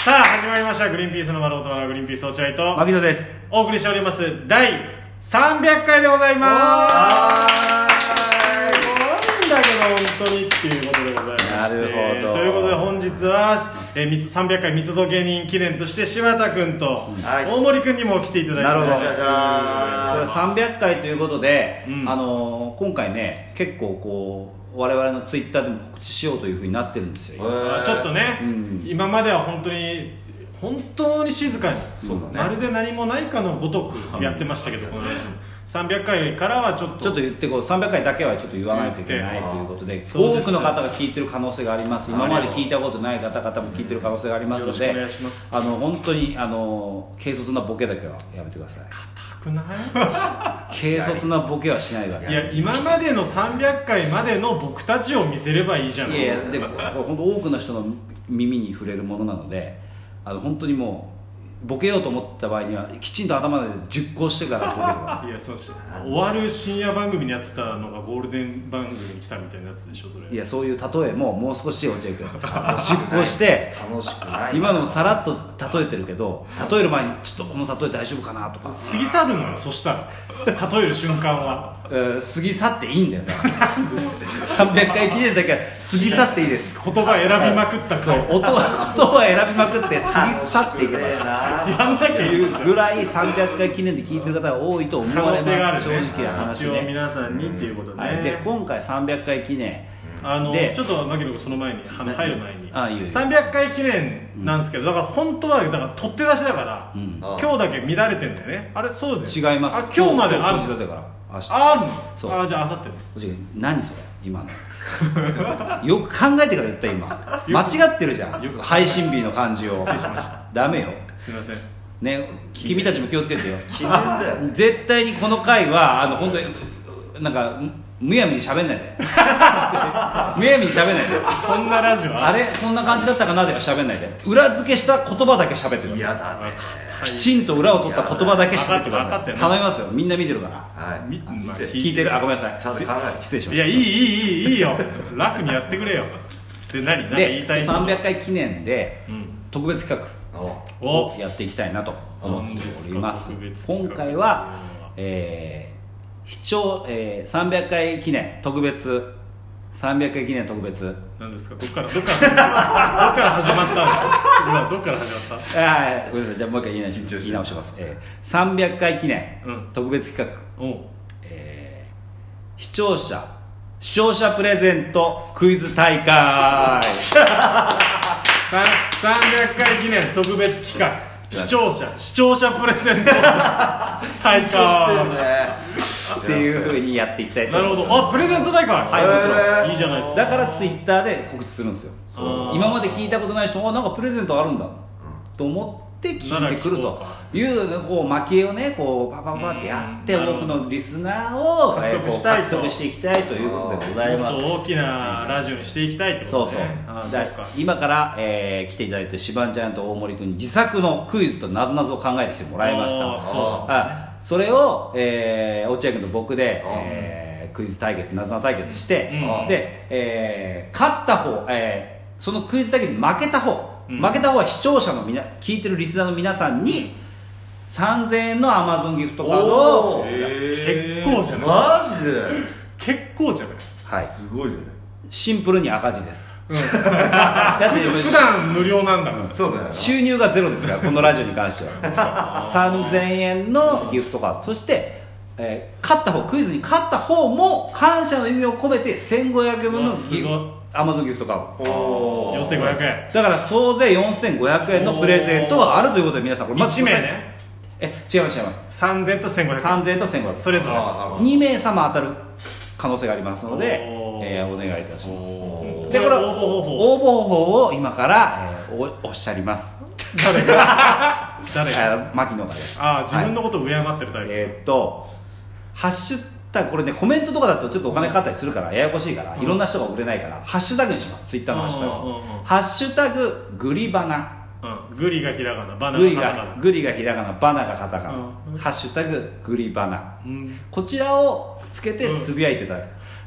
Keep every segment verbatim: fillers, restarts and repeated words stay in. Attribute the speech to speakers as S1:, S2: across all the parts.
S1: さあ始まりましたグリーンピースの丸ごと丸グリーンピース落合と
S2: 牧野です。
S1: お送りしております第さんびゃっかいでございます。すごいんだけど本当にっていうことでございまして、
S2: なるほど。
S1: ということで本日は、えー、さんびゃっかい見届け人記念として柴田君と大森君にも来ていただいて、
S2: なるほど。
S1: これ
S2: さんびゃっかいということで、
S1: うん、
S2: あのー、今回ね結構こう我々のツイッターでも告知しようというふうになってるんですよ。
S1: ちょっとね、うん、今までは本当に本当に静かに、そうだね、まるで何もないかのごとくやってましたけど、このラジオさんびゃっかいからはちょっと
S2: ちょっと言ってこうさんびゃっかいだけはちょっと言わないといけないということで、多くの方が聞いてる可能性があります。今まで聞いたことない方々も聞いてる可能性がありますので、あの本当にあの軽率なボケだけはやめてください。
S1: 硬くない
S2: 軽率なボケはしないでください。
S1: いや今までのさんびゃっかいまでの僕たちを見せればいいじゃないですか。
S2: いやいやでも本当多くの人の耳に触れるものなので、あの本当にもうボケようと思った場合にはきちんと頭で熟考してからボケてください。
S1: いやそうし終わる深夜番組にやってたのがゴールデン番組に来たみたいなやつでしょそれ。
S2: いやそういう例えももう少し落合君熟考して
S3: 楽しくない
S2: 今のもさらっと例えてるけど、例える前にちょっとこの例え大丈夫かなとか
S1: 過ぎ去るのよ。そしたら例える瞬間は
S2: 過ぎ去っていいんだよねさんびゃっかい記念だけは過ぎ去っていいです。
S1: 言葉選びまくった
S2: そう音言葉選びまくって過ぎ去っていけば
S1: やんなきゃいい
S2: ぐらいさんびゃっかい記念で聞いてる方が多いと思われます。正直な話ね。
S1: 一応皆さんにっていうことで、ね、
S2: はい、で今回さんびゃっかい記念
S1: あの
S2: で
S1: ちょっと牧野君その前に入る前に
S2: あいいよ
S1: さんびゃっかい記念なんですけど、だから本当はだから取って出しだから、うん、今日だけ乱れてんだよね。あれそうだよ。
S2: 違います。
S1: あ今日まである
S2: 今日だから
S1: あるの。
S2: そう
S1: あじゃああさってね。
S2: 何それ今のよく考えてから言った今間違ってるじゃん配信日の感じを。
S1: 失礼しました
S2: ダメよ。
S1: すいません
S2: ね、君たちも気をつけてよ。
S3: 記念だよね。
S2: 絶対にこの回はあの本当になんかむやみに喋んないでむやみに喋んないで。
S1: そんなラジオ
S2: あれこんな感じだったかなでか喋んないで。裏付けした言葉だけ喋ってください。
S3: 嫌だね。
S2: きちんと裏を取った言葉だけ喋ってください。頼みますよ。みんな見てるから。
S3: はい。
S1: みまあ、
S2: 聞いてる。あごめんなさい。
S3: ちゃんと考え
S2: 失礼しました。
S1: いやいいいいいいいいよ楽にやってくれよ。で何何か言いたい
S2: でさんびゃっかい記念で、うん、特別企画をやっていきたいなと思っております。今回は、えー視聴、えー、さんびゃっかい記念特別さんびゃっかい記念特別
S1: 何ですか。どっからどっからどっから始まったんですか今どっから始まった。
S2: あごめんなさい。じゃあもう一回言い直し言い直します、えー、さんびゃっかい記念、うん、特別企画、うんえー、視聴者視聴者プレゼントクイズ大会さんびゃ
S1: っかい記念特別企画視聴者視聴者プレゼント大会
S2: っていう風にやっていきたいと思います。
S1: なるほど。あプレゼント大会
S2: はいもちろん
S1: いいじゃないですか。
S2: だからツイッターで告知するんですよ。今まで聞いたことない人はなんかプレゼントあるんだ、うん、と思って聞いてくるというこう蒔絵をねこうパパパってやって多くのリスナーを
S1: 獲得したいと
S2: 獲得していきたいということでございます。
S1: もっと大きなラジオにしていきたいってことね。
S2: そうそうだ今から、えー、来ていただいてシバンちゃんと大森君に自作のクイズとなぞなぞを考えてきてもらいました。そうあそれを、えー、落合君と僕で、えー、クイズ対決なぞなぞ対決して、うん、で、えー、勝った方、えー、そのクイズ対決に負けた方、うん、負けた方は視聴者のみな聞いてるリスナーの皆さんにさんぜんえんのアマゾンギフトカードを
S1: 結構じゃない
S3: マジで
S1: 結構じゃない。
S3: はいすごいね。
S2: シンプルに赤字です、うん、だ
S1: って普段無料なんだから、
S3: そうだよ。
S2: 収入がゼロですからこのラジオに関してはさんぜんえんのギフトカード、そして、えー、勝った方クイズに勝った方も感謝の意味を込めてせんごひゃくえん分のギフアマゾンギフトカード
S1: よんせんごひゃくえん
S2: だから総勢よんせんごひゃくえんのプレゼントがあるということで皆さんこれ
S1: まずいち名ね。
S2: え違います違います。
S1: さんぜんとせんごひゃくえん
S2: さんぜんとせんごひゃくえん
S1: それぞれ
S2: にめいさま当たる可能性がありますので、えー、お願いいたします。でこれ応募方法応募方法を今から、えー、お, おっしゃります。
S1: 誰が誰が
S2: 牧野がです。
S1: ああ自分のことを敬ってるタイプ、はい、
S2: えー、っとハッシュタグこれねコメントとかだとちょっとお金かかったりするからややこしいから、うん、いろんな人が売れないからハッシュタグにします。ツイッターのハッシュタグ、うんうんうん、ハッシュタググリバナ、
S1: うん、グリがひらがなバナ
S2: がカタカナグリがひらがなバナがカタカナ、うん、ハッシュタググリバナ、うん、こちらをつけてつぶやいていただく、うん、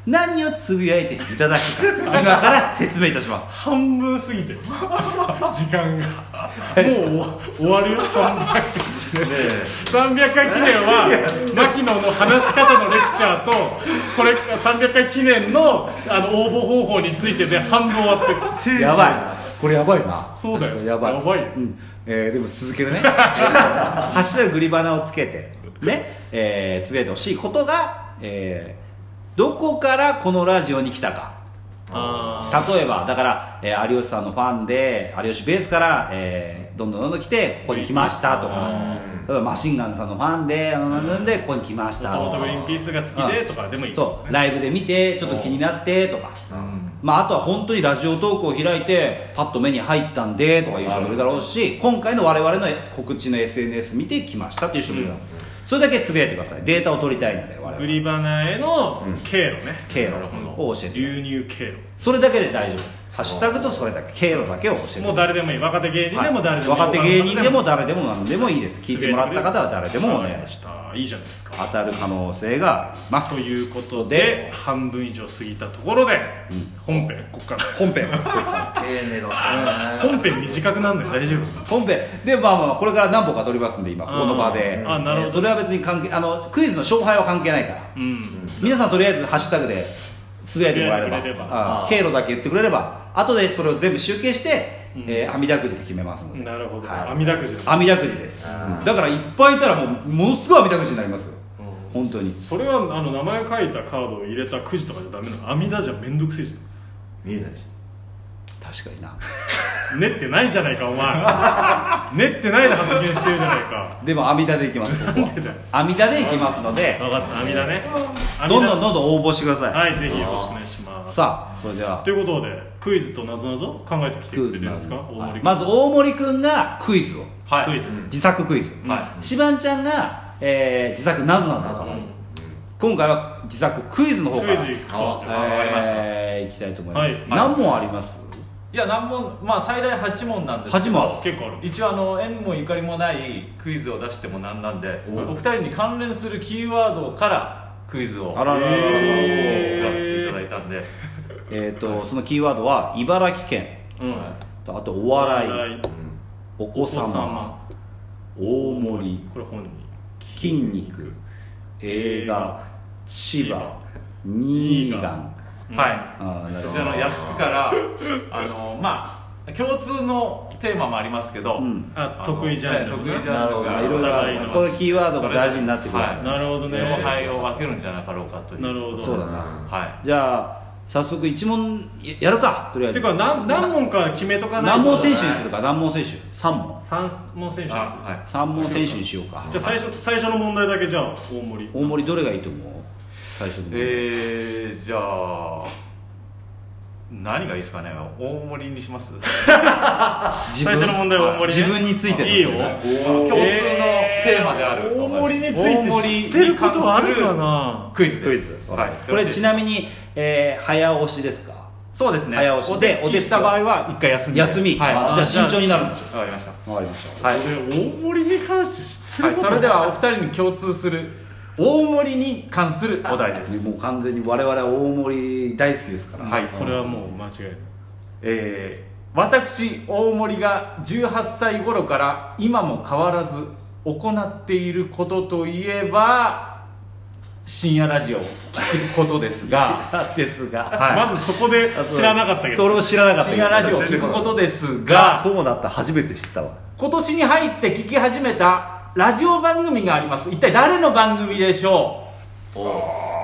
S2: 何をつぶやいていただくか今から説明いたします
S1: 半分過ぎてる時間がもう終わるよ。さんびゃくさんびゃっかい記念は牧野の話し方のレクチャーとこれさんびゃっかい記念 の, あの応募方法についてで半分終わってる。
S2: やばい、これやばいな。
S1: そうだよ、
S2: やばい
S1: やばいよ、
S2: うんえー、でも続けるねハッシュタググリバナをつけてね、えー、つぶやいてほしいことが、えー、どこからこのラジオに来たか。
S1: あ
S2: 例えばだから、えー、有吉さんのファンで有吉ベースから、えー、どんどんどんどん来てここに来ましたとか、例えばマシンガンズさんのファンであのなんでここに来ましたとか、
S1: もともとグリーンピースが好きでとかでもいい、ね、
S2: そうライブで見てちょっと気になってとか、
S3: うん
S2: まあ、あとは本当にラジオトークを開いてパッと目に入ったんでとかいう人もいるだろうし、今回の我々の告知の エスエヌエス 見て来ましたっていう人もいるだろう、うん、それだけつぶやいてください。データを取りたいので我々
S1: グリバナへの経路ね、
S2: 経路を教えて
S1: 流入経路、
S2: それだけで大丈夫です。ハッシュタグとそれだけ経路だけを教えて、
S1: もう誰でもいい、若手芸人でも誰でもいい、
S2: はい、若手芸人でも誰でも何でもいいです。聞いてもらった方は誰でもお願いし
S1: ます。いいじゃないですか。
S2: 当たる可能性があります
S1: ということで半分以上過ぎたところで、うん、本編ここから
S2: 本編
S3: 丁寧だったね。
S1: 本編短くなんだよ、大丈夫。
S2: 本編でまあまあこれから何本か撮りますんで今この場で、
S1: あなるほど、
S2: それは別に関係あのクイズの勝敗は関係ないから、うん、皆さんとりあえずハッシュタグでつぶやいてもらえれば、れればあ経路だけ言ってくれれば後でそれを全部集計して、うんえー、網だくじで決めますので。
S1: なるほど、
S2: はい、
S1: 網だくじ
S2: 網だくじです、うん、だからいっぱいいたらもうものすごい網だくじになりますよ、うん、本当に。
S1: それはあの名前書いたカードを入れたくじとかじゃダメなの。網だじゃめんどくせえじゃん。
S3: 見えないし
S2: 確かにな
S1: 練ってないじゃないかお前練ってないで発言してるじゃないか。
S2: でも網田でいきますここは網田でいきますので
S1: 分かった、網田ね。
S2: どんどんどんどん応募してください。
S1: はい、ぜひよろしくお願いします。
S2: さあそれでは
S1: ということでクイズとなぞなぞ考えてきてくれてるんですか。大森君、
S2: まず大森くんがクイズを、
S1: はい、クイズ
S2: 自作クイズ、はい、しばんちゃんが、えー、自作なぞなぞ、うん、今回は自作クイズの方から
S1: クイズいくか、
S2: えー、いきたいと思います、
S4: はい、
S2: 何問あります？
S4: いや何問、まあ最大はち問なんですけど、
S2: はち問
S1: 結構ある。
S4: 一応あの縁もゆかりもないクイズを出してもなんなんで、お二人に関連するキーワードからクイズを
S2: あららららら
S4: 作らせていただいたんで、
S2: えーとそのキーワードは茨城県、うん、あとお笑い、うん、お子様、大森、
S1: これ本人、
S2: 筋肉、映画、千葉、ニーガン、
S4: はい、あこちらのやっつからあのまあ共通のテーマもありますけど、うん、
S1: あ得意ジャンル、
S4: 得意ジャンルが
S2: いろいろある。このキーワードが大事になってくる、
S4: はい、
S1: なるほどね。
S4: 勝敗を分けるんじゃなかろうかという。
S1: なるほど、
S2: そうだな、
S4: はい、
S2: じゃあ早速いち問やるか。とりあえず
S1: てか何何問か決めとかないと。
S2: 何問選手にするか。何問選手さん問
S1: さん問選手にする、
S2: はい、さん問選手にしようか。
S1: じゃあ最初最初の問題だけじゃあ大森
S2: 大森どれがいいと思う？最初の問題。
S4: えー、じゃあ何がいいですかね。大盛りにします
S1: 最初の問題は大盛り、ね、
S2: 自分についての
S1: いいよ。
S4: 共通のテーマである
S1: 大盛りについて知ってることはあるかな。
S4: クイズです。
S2: はい、これちなみに、えー、早押しですか？
S4: そうですね。
S2: 早押しで
S4: お手つきした場合は一回休み。
S2: 休み、はい、あじゃあ慎重になるんですよ。
S4: わかりました。
S2: わかりました。
S1: はい、大盛りに関して知ってること、
S4: はい、それではお二人に共通する大盛りに関するお題です。
S2: もう完全に我々は大盛り大好きですから、
S1: はい、それはもう間違いない。
S4: えー、私大盛りがじゅうはっさい頃から今も変わらず行っていることといえば深夜ラジオを聞くことですが
S2: ですが、
S1: はい、まずそこで知らなかったけど、
S2: それを知らなかった
S4: 深夜ラジオを聞くことですが、
S2: そうだった、初めて知ったわ。
S4: 今年に入って聞き始めたラジオ番組があります。一体誰の番組でしょう？お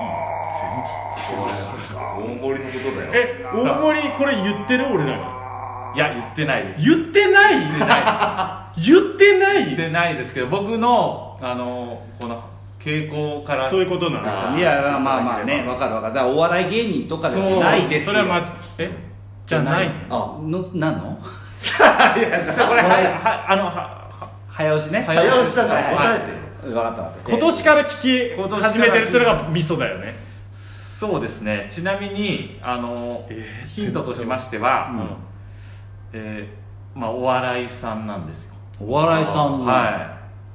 S3: 大盛りのことだよ。
S1: え、大盛りこれ言ってる？俺らに。
S4: いや言ってないです。
S1: 言ってない？言ってない言ってない
S4: 言ってないですけど、僕のあのこの傾向から
S1: そういうことなんですよ。
S2: いやまあまあね、分かる分かる。だからお笑い芸人とかでもないですよ。
S1: それはまじえじゃない
S2: あのなんの
S4: いやこれははあのは
S2: 早押しね。
S3: 早押しだから答えてる。
S2: 分かった分かった。
S1: 今年から聞き始めてるっていうのがミソだよね。
S4: そうですね。ちなみにあの、えー、ヒントとしましては、うんえー、まあお笑いさんなんですよ。
S2: お笑いさんの
S4: はい。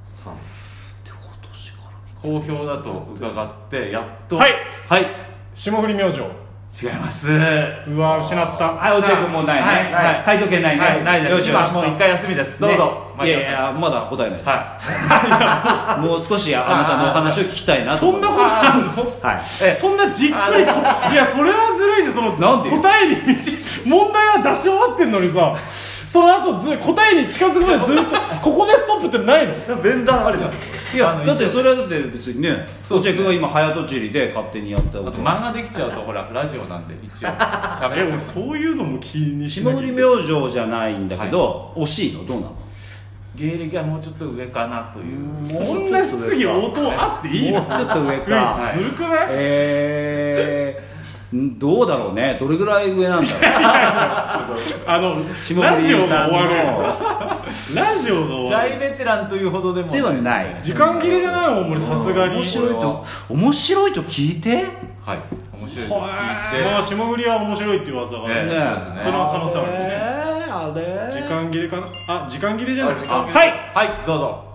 S2: さんって今年から
S4: 好評だと伺ってやっと
S1: はい
S4: はい
S1: 霜降り明星。
S4: 違います。
S1: うわ失った。
S2: はい、落合君もうないね、
S4: はいはい、
S2: 回答権ないね、
S4: はい、ないです。
S2: よし
S4: 今もう一回休みです、どうぞ、
S2: ね、いやいやまだ答えないです、
S4: はい、
S2: もう少しあなたのお話を聞きたいなと。
S1: そんなことあるの？
S2: はい、
S1: えそんなじっくりいやそれはずるいし、その
S2: なんで
S1: 答えに道問題は出し終わってんのにさ、その後ず答えに近づくまでずっとここでストップってないの？
S3: 弁談あるじゃん。
S2: いやだってそれはだって別にね、落合君が今早とちりで勝手にやったこと、
S4: 漫画できちゃうとほらラジオなんで一応
S1: え俺そういうのも気にしな
S2: 霜降り明星じゃないんだけど、はい、惜しいのどうなの？
S4: 芸歴はもうちょっと上かなという。
S1: そんな質疑応答あっていいの？
S2: もうちょっと上か、
S1: はい、ずるくない？
S2: えー、どうだろうね、どれぐらい上なんだろう
S1: あのラジオが終わるよラジオが終わる。
S4: 大ベテランというほどでも
S2: ではない
S1: 時間切れじゃないもん、俺さすがに。
S2: 面白いと面白いと聞いて、
S4: はい面白いと聞いて、
S1: まあ霜降りは面白いっていう噂がある、
S4: ね、
S1: その可能性あるね、
S2: えー、あれ
S1: 時間切れかなあ、時間切れじゃないですか。
S2: はい
S4: はいどうぞ。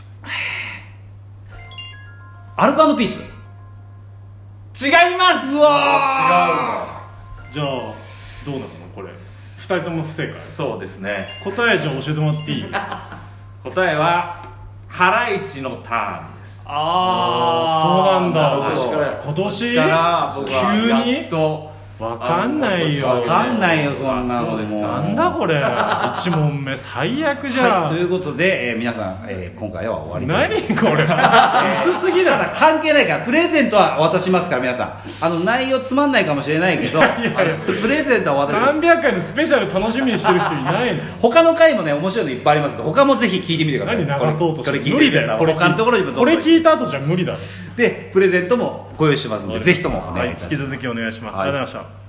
S2: アルコ&ピース。
S4: 違います。
S2: うわ
S1: 違うじゃあどうなのこれ、ふたりとも不正解。
S4: そうですね。
S1: 答えじゃあ教えてもらっていい？
S4: 答えはハライチのターンです。
S1: ああそうなんだ。
S3: 今年から
S1: 今年
S4: から僕は
S1: 急に
S4: やっと
S1: わかんないよ。
S2: わかんないよそんなの。もう
S1: なんだこれ一問目最悪じゃん、
S2: はい、ということで、えー、皆さん、えー、今回は終わりと。
S1: 何これ薄すぎだ
S2: ただ関係ないからプレゼントは渡しますから皆さん、あの内容つまんないかもしれないけど、
S1: いやいや
S2: プレゼントは渡します。
S1: さんびゃっかいのスペシャル楽しみにしてる人いないの？
S2: 他の回もね面白いのいっぱいありますので、他もぜひ聞いてみてください。
S1: 何流そうとして
S2: これ聞い
S1: 無理だよ。
S2: てください。
S1: これ
S2: 他のところにも
S1: これ聞いた後じゃ無理だろ。
S2: でプレゼントもご用意してますので、ぜひともお願いいたします。
S1: 引き続きお願いします。ありがとうございました。